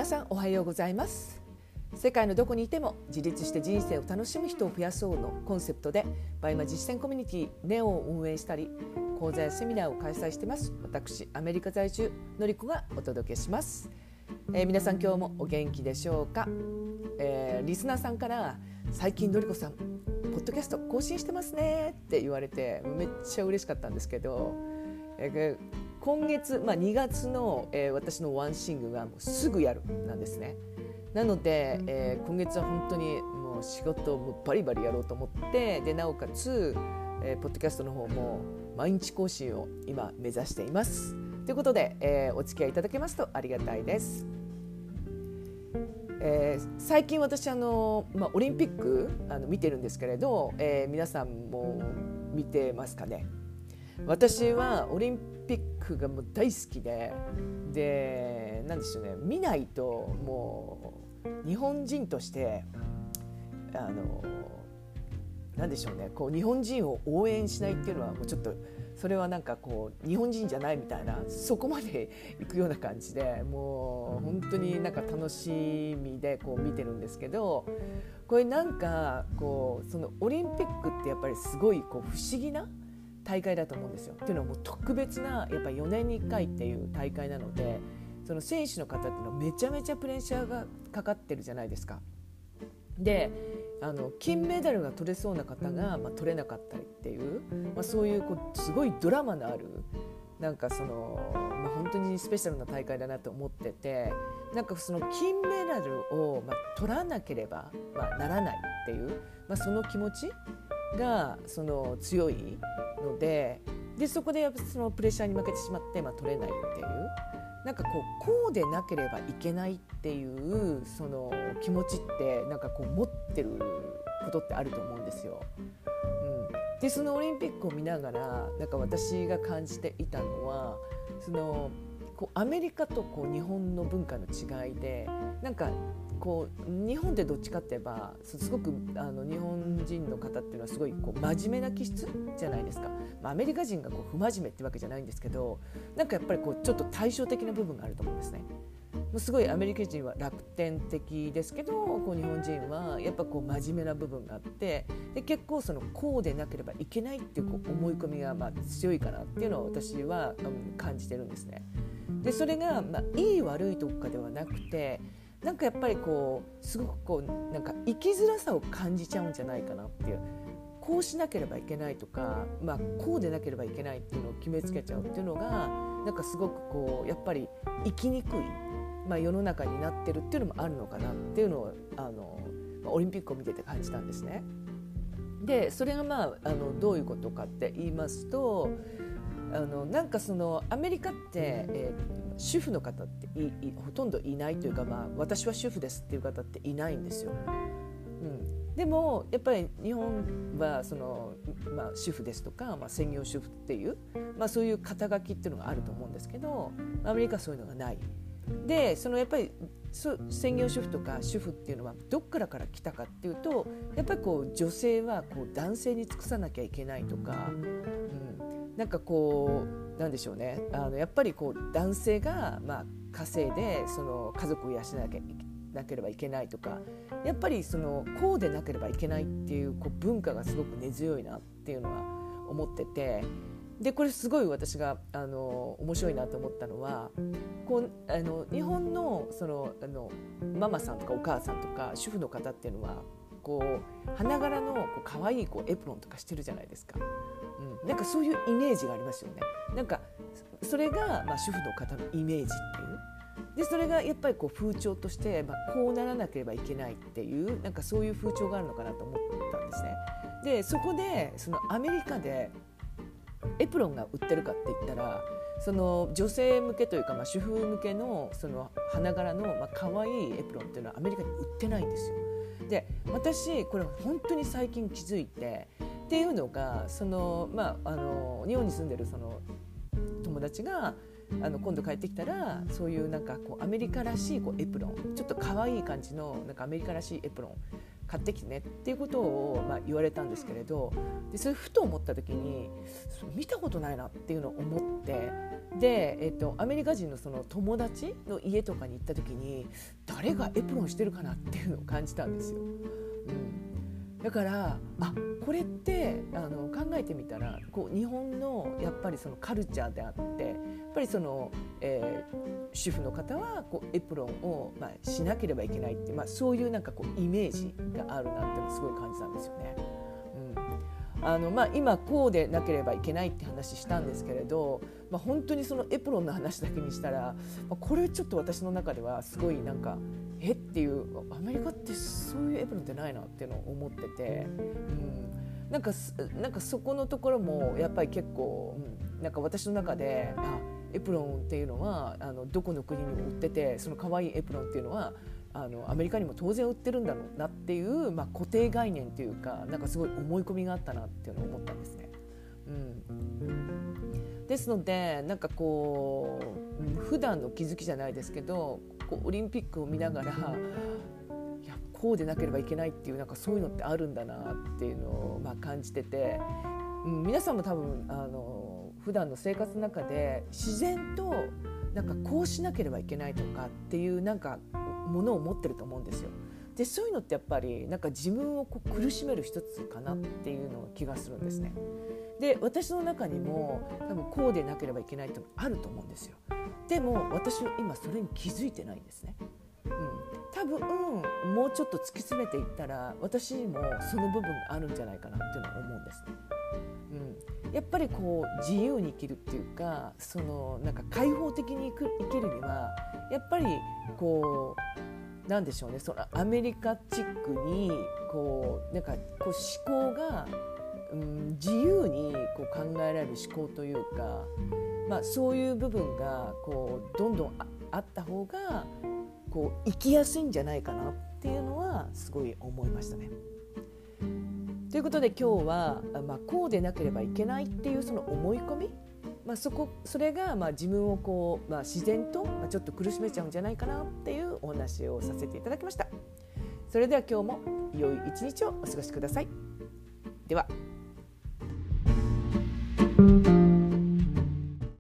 皆さんおはようございます。世界のどこにいても自立して人生を楽しむ人を増やそうのコンセプトでバイマ実践コミュニティネオを運営したり講座やセミナーを開催してます。私アメリカ在住のりこがお届けします。皆さん今日もお元気でしょうか。リスナーさんから最近のりこさんポッドキャスト更新してますねって言われてめっちゃ嬉しかったんですけど、今月、2月の、私のワンシングがもうすぐやるなんですね。なので、今月は本当にもう仕事をもうバリバリやろうと思ってでなおかつ、ポッドキャストの方も毎日更新を今目指していますということで、お付き合いいただけますとありがたいです。最近私オリンピック見てるんですけれど、皆さんも見てますかね。私はオリンピックがもう大好きでなんでしょうね、見ないともう日本人としてなんでしょうね、こう日本人を応援しないっていうのはもうちょっとそれはなんかこう日本人じゃないみたいなそこまで行くような感じでもう本当になんか楽しみでこう見てるんですけど、これなんかこうそのオリンピックってやっぱりすごいこう不思議な大会だと思うんですよ。っていうのはもう特別なやっぱ4年に1回っていう大会なので、その選手の方っていうのはめちゃめちゃプレッシャーがかかってるじゃないですか。で金メダルが取れそうな方が、取れなかったりっていう、そういう、すごいドラマのあるなんかその、本当にスペシャルな大会だなと思ってて、なんかその金メダルを、取らなければ、ならないっていう、その気持ちがその強いので、そこでやっぱそのプレッシャーに負けてしまって、取れないっていうなんかこうでなければいけないっていうその気持ちってなんかこう持ってることってあると思うんですよ。でそのオリンピックを見ながらなんか私が感じていたのはそのこうアメリカとこう日本の文化の違いで、なんかこう日本ってどっちかって言えばすごく日本人の方っていうのはすごいこう真面目な気質じゃないですか。アメリカ人がこう不真面目ってわけじゃないんですけど、なんかやっぱりこうちょっと対照的な部分があると思うんですね。すごいアメリカ人は楽天的ですけど、こう日本人はやっぱこう真面目な部分があって、で結構そのこうでなければいけないっていう、こう思い込みが強いかなっていうのを私は感じてるんですね。でそれがいい悪いとかではなくて、なんかやっぱりこうすごくこうなんか生きづらさを感じちゃうんじゃないかなっていう、こうしなければいけないとか、こうでなければいけないっていうのを決めつけちゃうっていうのがなんかすごくこうやっぱり生きにくい、世の中になってるっていうのもあるのかなっていうのをオリンピックを見てて感じたんですね。でそれがどういうことかって言いますと、なんかそのアメリカって、主婦の方ってほとんどいないというか、私は主婦ですっていう方っていないんですよ。でもやっぱり日本はその、主婦ですとか、専業主婦っていう、そういう肩書きっていうのがあると思うんですけど、アメリカはそういうのがない。でそのやっぱり専業主婦とか主婦っていうのはどっから来たかっていうと、やっぱりこう女性はこう男性に尽くさなきゃいけないとか、なんかこうなんでしょうね、やっぱりこう男性が稼いでその家族を養わなければいけないとか、やっぱりそのこうでなければいけないっていう、こう文化がすごく根強いなっていうのは思ってて、でこれすごい私が面白いなと思ったのは、こう日本のそのママさんとかお母さんとか主婦の方っていうのはこう花柄のこう可愛いこうエプロンとかしてるじゃないですか。なんかそういうイメージがありますよね。なんかそれが主婦の方のイメージっていうで、それがやっぱりこう風潮として、こうならなければいけないっていうなんかそういう風潮があるのかなと思ったんですね。でそこでそのアメリカでエプロンが売ってるかって言ったら、その女性向けというか、主婦向けのその花柄の可愛いエプロンっていうのはアメリカに売ってないんですよ。で私これ本当に最近気づいてっていうのが、その、日本に住んでるその友達が今度帰ってきたらそういうなんかこうアメリカらしいこうエプロン、ちょっと可愛い感じのなんかアメリカらしいエプロン買ってきてねっていうことを、言われたんですけれど、でそれふと思った時に見たことないなっていうのを思って、で、アメリカ人のその友達の家とかに行った時に誰がエプロンしてるかなっていうのを感じたんですよ。だからこれって考えてみたらこう日本のやっぱりそのカルチャーであって、やっぱりその、主婦の方はこうエプロンを、しなければいけないって、そういうなんかこうイメージがあるなっていうのをすごい感じたんですよね。今こうでなければいけないって話したんですけれど、本当にそのエプロンの話だけにしたら、これちょっと私の中ではすごいなんかっていう、アメリカってそういうエプロンってないなっていうのを思ってて、なんかそこのところもやっぱり結構、なんか私の中でエプロンっていうのはどこの国にも売ってて、その可愛いエプロンっていうのはアメリカにも当然売ってるんだろうなっていう、固定概念というか、なんかすごい思い込みがあったなっていうのを思ったんですね。ですのでなんかこう普段の気づきじゃないですけど、こうオリンピックを見ながらこうでなければいけないっていう、なんかそういうのってあるんだなっていうのを感じてて、皆さんも多分普段の生活の中で自然となんかこうしなければいけないとかっていうなんかものを持ってると思うんですよ。でそういうのってやっぱりなんか自分をこう苦しめる一つかなっていうの気がするんですね。で私の中にも多分こうでなければいけないってのあると思うんですよ。でも私は今それに気づいてないんですね。多分もうちょっと突き詰めていったら私にもその部分があるんじゃないかなっていうのを思うんですね。やっぱりこう自由に生きるっていうか、そのなんか開放的に生きるにはやっぱりこうなんでしょうね、そのアメリカチックにこうなんかこう思考が、自由にこう考えられる思考というか、そういう部分がこうどんどんあった方がこう生きやすいんじゃないかなっていうのはすごい思いましたね。ということで今日は、こうでなければいけないっていうその思い込み、それが自分をこう、自然とちょっと苦しめちゃうんじゃないかなっていうお話をさせていただきました。それでは今日も良い一日をお過ごしください。では。